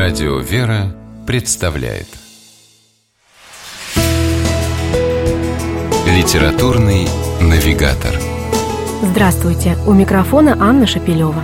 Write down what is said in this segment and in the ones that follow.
Радио «Вера» представляет Литературный навигатор. Здравствуйте! У микрофона Анна Шапилева.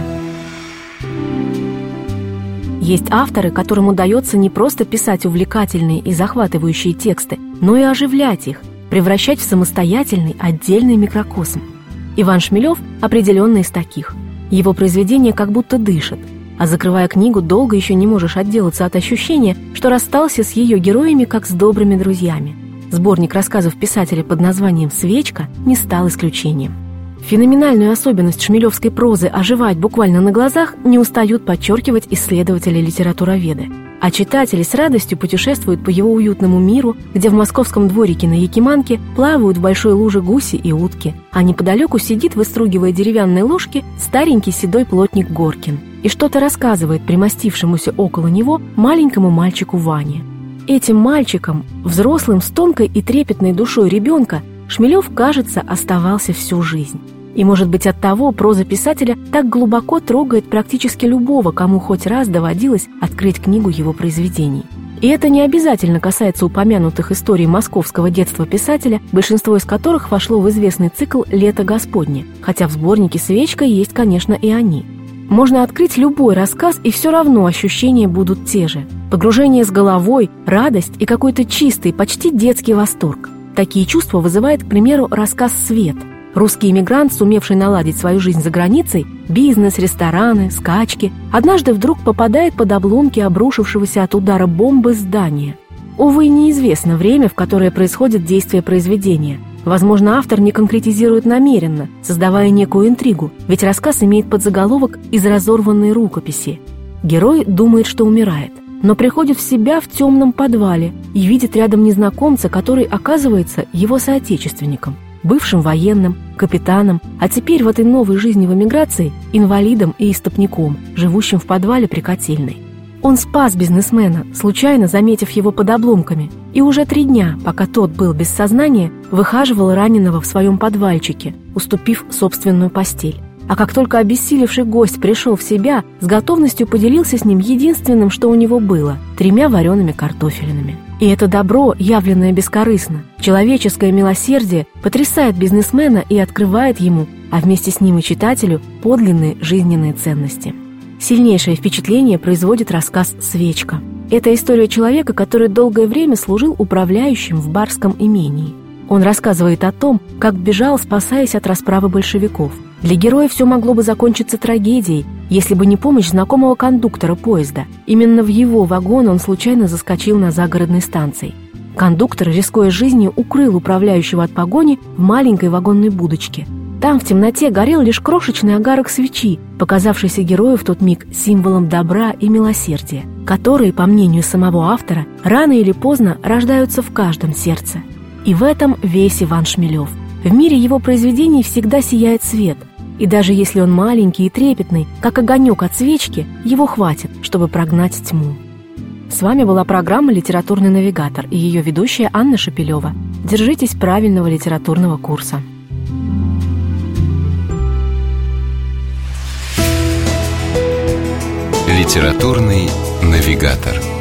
Есть авторы, которым удается не просто писать увлекательные и захватывающие тексты, но и оживлять их, превращать в самостоятельный, отдельный микрокосм. Иван Шмелев определенно из таких. Его произведение как будто дышит, а закрывая книгу, долго еще не можешь отделаться от ощущения, что расстался с ее героями, как с добрыми друзьями. Сборник рассказов писателя под названием «Свечка» не стал исключением. Феноменальную особенность шмелевской прозы оживать буквально на глазах не устают подчеркивать исследователи-литературоведы. А читатели с радостью путешествуют по его уютному миру, где в московском дворике на Якиманке плавают в большой луже гуси и утки, а неподалеку сидит, выстругивая деревянные ложки, старенький седой плотник Горкин и что-то рассказывает примостившемуся около него маленькому мальчику Ване. Этим мальчиком, взрослым с тонкой и трепетной душой ребенка, Шмелев, кажется, оставался всю жизнь. И, может быть, оттого проза писателя так глубоко трогает практически любого, кому хоть раз доводилось открыть книгу его произведений. И это не обязательно касается упомянутых историй московского детства писателя, большинство из которых вошло в известный цикл «Лето Господне», хотя в сборнике «Свечка» есть, конечно, и они. Можно открыть любой рассказ, и все равно ощущения будут те же. Погружение с головой, радость и какой-то чистый, почти детский восторг. Такие чувства вызывает, к примеру, рассказ «Свет». Русский эмигрант, сумевший наладить свою жизнь за границей, бизнес, рестораны, скачки, однажды вдруг попадает под обломки обрушившегося от удара бомбы здания. Увы, неизвестно время, в которое происходит действие произведения. Возможно, автор не конкретизирует намеренно, создавая некую интригу, ведь рассказ имеет подзаголовок «Из разорванной рукописи». Герой думает, что умирает, но приходит в себя в темном подвале и видит рядом незнакомца, который оказывается его соотечественником, бывшим военным, капитаном, а теперь в этой новой жизни в эмиграции инвалидом и истопником, живущим в подвале при котельной. Он спас бизнесмена, случайно заметив его под обломками, и уже 3 дня, пока тот был без сознания, выхаживал раненого в своем подвальчике, уступив собственную постель. А как только обессилевший гость пришел в себя, с готовностью поделился с ним единственным, что у него было – 3 вареными картофелинами. И это добро, явленное бескорыстно, человеческое милосердие, потрясает бизнесмена и открывает ему, а вместе с ним и читателю, подлинные жизненные ценности. Сильнейшее впечатление производит рассказ «Свечка». Это история человека, который долгое время служил управляющим в барском имении. Он рассказывает о том, как бежал, спасаясь от расправы большевиков. Для героя все могло бы закончиться трагедией, если бы не помощь знакомого кондуктора поезда. Именно в его вагон он случайно заскочил на загородной станции. Кондуктор, рискуя жизнью, укрыл управляющего от погони в маленькой вагонной будочке. Там в темноте горел лишь крошечный огарок свечи, показавшийся герою в тот миг символом добра и милосердия, которые, по мнению самого автора, рано или поздно рождаются в каждом сердце. И в этом весь Иван Шмелев. В мире его произведений всегда сияет свет, и даже если он маленький и трепетный, как огонек от свечки, его хватит, чтобы прогнать тьму. С вами была программа «Литературный навигатор» и ее ведущая Анна Шапилева. Держитесь правильного литературного курса. Литературный навигатор.